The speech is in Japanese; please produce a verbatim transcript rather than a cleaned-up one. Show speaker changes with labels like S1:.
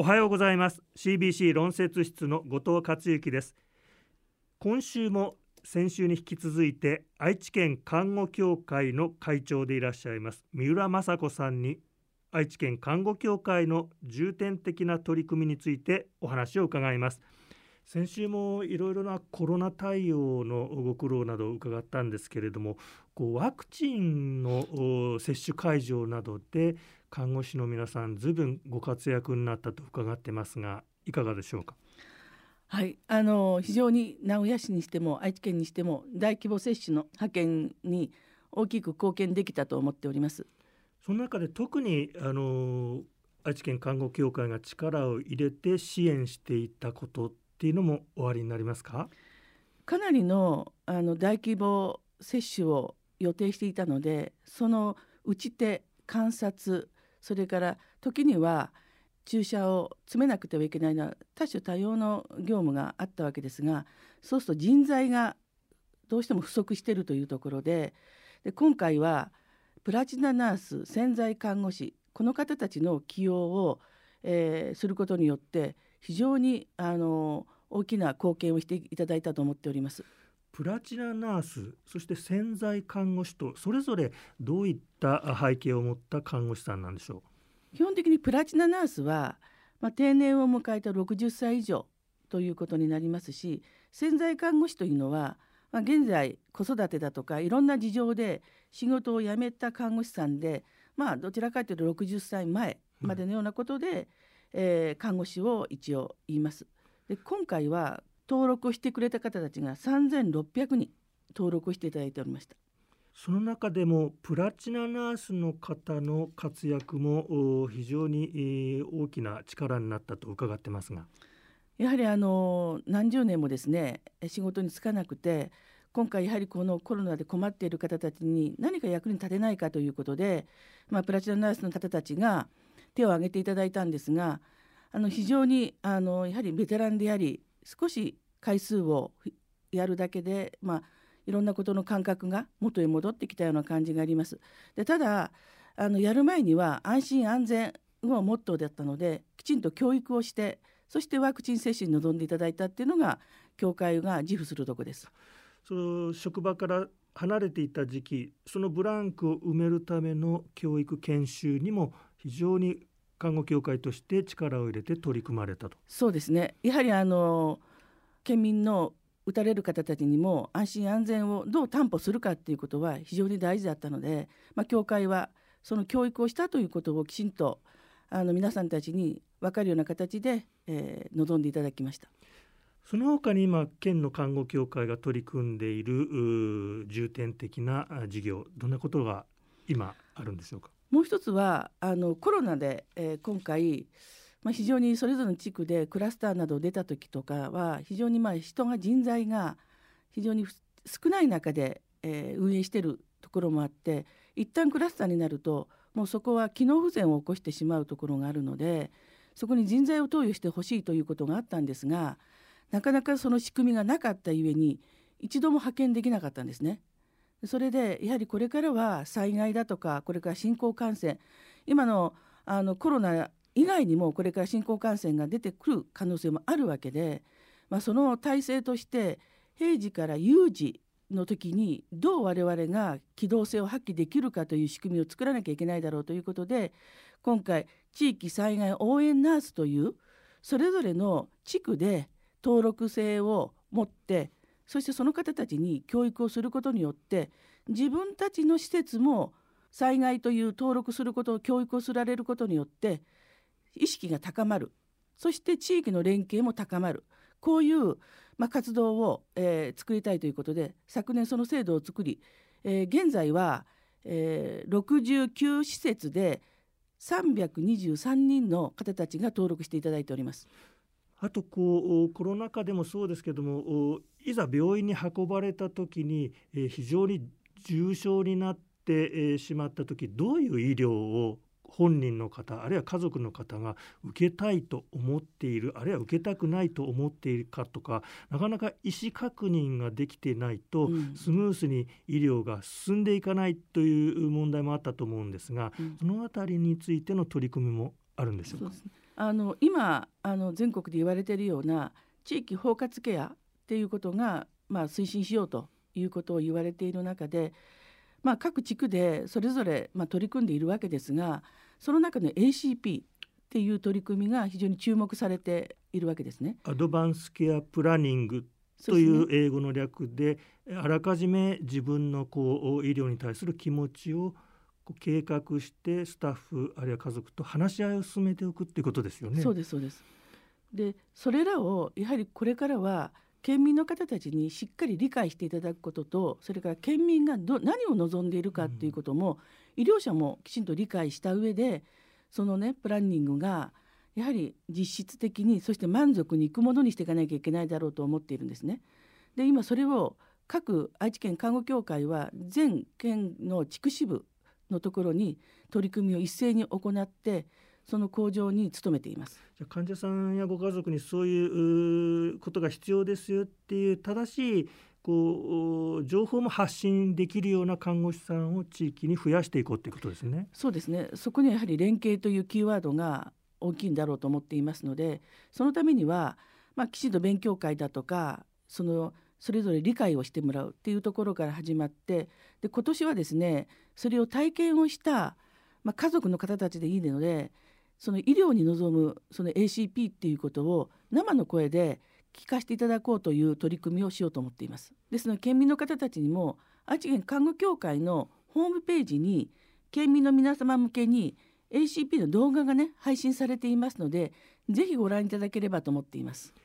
S1: おはようございます。 シービーシー 論説室の後藤克之です。今週も先週に引き続いて愛知県看護協会の会長でいらっしゃいます三浦雅子さんに愛知県看護協会の重点的な取り組みについてお話を伺います。先週もいろいろなコロナ対応のご苦労などを伺ったんですけれども、こうワクチンの接種会場などで看護師の皆さんずいぶんご活躍になったと伺ってますが、いかがでしょうか。
S2: はい、あの非常に名古屋市にしても愛知県にしても大規模接種の派遣に大きく貢献できたと思っております。
S1: その中で特にあの愛知県看護協会が力を入れて支援していたことっていうのもおありになりますか。
S2: かなりの、あの大規模接種を予定していたので、その打ち手観察、それから時には注射を詰めなくてはいけないのは多種多様の業務があったわけですが、そうすると人材がどうしても不足しているというところで、で今回はプラチナナース、潜在看護師、この方たちの起用を、えー、することによって非常にあの大きな貢献をしていただいたと思っております。
S1: プラチナナース、そして潜在看護師とそれぞれどういった背景を持った看護師さんなんでしょ
S2: う。基本的にプラチナナースは、まあ、定年を迎えたろくじゅっさい以上ということになりますし、潜在看護師というのは、まあ、現在子育てだとかいろんな事情で仕事を辞めた看護師さんで、まあ、どちらかというとろくじゅっさいまえまでのようなことで、うんえー、看護師を一応言います。で今回は登録してくれた方たちがさんぜんろっぴゃくにん登録していただいておりました。
S1: その中でもプラチナナースの方の活躍も非常に大きな力になったと伺ってますが、
S2: やはりあの何十年もですね仕事に就かなくて、今回やはりこのコロナで困っている方たちに何か役に立てないかということで、まあ、プラチナナースの方たちが手を挙げていただいたんですが、あの非常にあのやはりベテランであり、少し回数をやるだけで、まあ、いろんなことの感覚が元へ戻ってきたような感じがあります。でただあのやる前には安心安全がモットーだったので、きちんと教育をして、そしてワクチン接種に臨んでいただいたっていうのが協会が自負するところです。
S1: その職場から離れていた時期、そのブランクを埋めるための教育研修にも非常に看護協会として力を入れて取り組まれたと。
S2: そうですね。やはりあの県民の打たれる方たちにも安心安全をどう担保するかということは非常に大事だったので、まあ、協会はその教育をしたということをきちんとあの皆さんたちに分かるような形で、えー、臨んでいただきました。
S1: その他に今県の看護協会が取り組んでいる重点的な事業、どんなことが今あるんでしょうか。
S2: もう一つはあのコロナで、えー、今回、まあ、非常にそれぞれの地区でクラスターなど出た時とかは非常にまあ人が人材が非常に少ない中で、えー、運営しているところもあって、一旦クラスターになるともうそこは機能不全を起こしてしまうところがあるので、そこに人材を投与してほしいということがあったんですが、なかなかその仕組みがなかったゆえに一度も派遣できなかったんですね。それでやはりこれからは災害だとか、これから新興感染、今 の, あのコロナ以外にもこれから新興感染が出てくる可能性もあるわけで、まあ、その体制として平時から有事の時にどう我々が機動性を発揮できるかという仕組みを作らなきゃいけないだろうということで、今回地域災害応援ナースというそれぞれの地区で登録制を持って、そしてその方たちに教育をすることによって自分たちの施設も災害という登録することを教育をすられることによって意識が高まる、そして地域の連携も高まる、こういう、まあ、活動を、えー、作りたいということで昨年その制度を作り、えー、現在は、えー、ろくじゅうきゅう施設でさんびゃくにじゅうさんにんの方たちが登録していただいております。
S1: あとこうコロナ禍でもそうですけども、いざ病院に運ばれた時に、えー、非常に重症になって、えー、しまった時、どういう医療を本人の方あるいは家族の方が受けたいと思っている、あるいは受けたくないと思っているかとか、なかなか意思確認ができてないと、うん、スムースに医療が進んでいかないという問題もあったと思うんですが、うん、そのあたりについての取り組みもあるんでしょうか。
S2: そうですね、 あの今あの全国で言われているような地域包括ケアっていうことが、まあ、推進しようということを言われている中で、まあ、各地区でそれぞれ、まあ、取り組んでいるわけですが、その中の エーシーピー っていう取り組みが非常に注目されているわけですね。
S1: アドバンスケアプランニングという英語の略で、あらかじめ自分のこう医療に対する気持ちをこう計画してスタッフあるいは家族と話し合いを進めておくっていうことですよね。
S2: そうですそうです。でそれらをやはりこれからは県民の方たちにしっかり理解していただくことと、それから県民がど何を望んでいるかっていうことも、うん、医療者もきちんと理解した上で、そのねプランニングがやはり実質的に、そして満足にいくものにしていかなきゃいけないだろうと思っているんですね。で今それを各愛知県看護協会は全県の地区支部のところに取り組みを一斉に行って、その向上に努めています。
S1: じゃあ患者さんやご家族にそういうことが必要ですよっていう正しいこう情報も発信できるような看護師さんを地域に増やしていこうということですね。
S2: そうですね。そこにはやはり連携というキーワードが大きいんだろうと思っていますので、そのためには、まあ、きちんと勉強会だとか、そのそれぞれ理解をしてもらうっていうところから始まって、で今年はですね、それを体験をした、まあ、家族の方たちでいいので、その医療に臨むその エーシーピー っていうことを生の声で聞かせていただこうという取り組みをしようと思っています。ですので県民の方たちにも愛知県看護協会のホームページに県民の皆様向けに エーシーピー の動画がね配信されていますので、ぜひご覧いただければと思っています。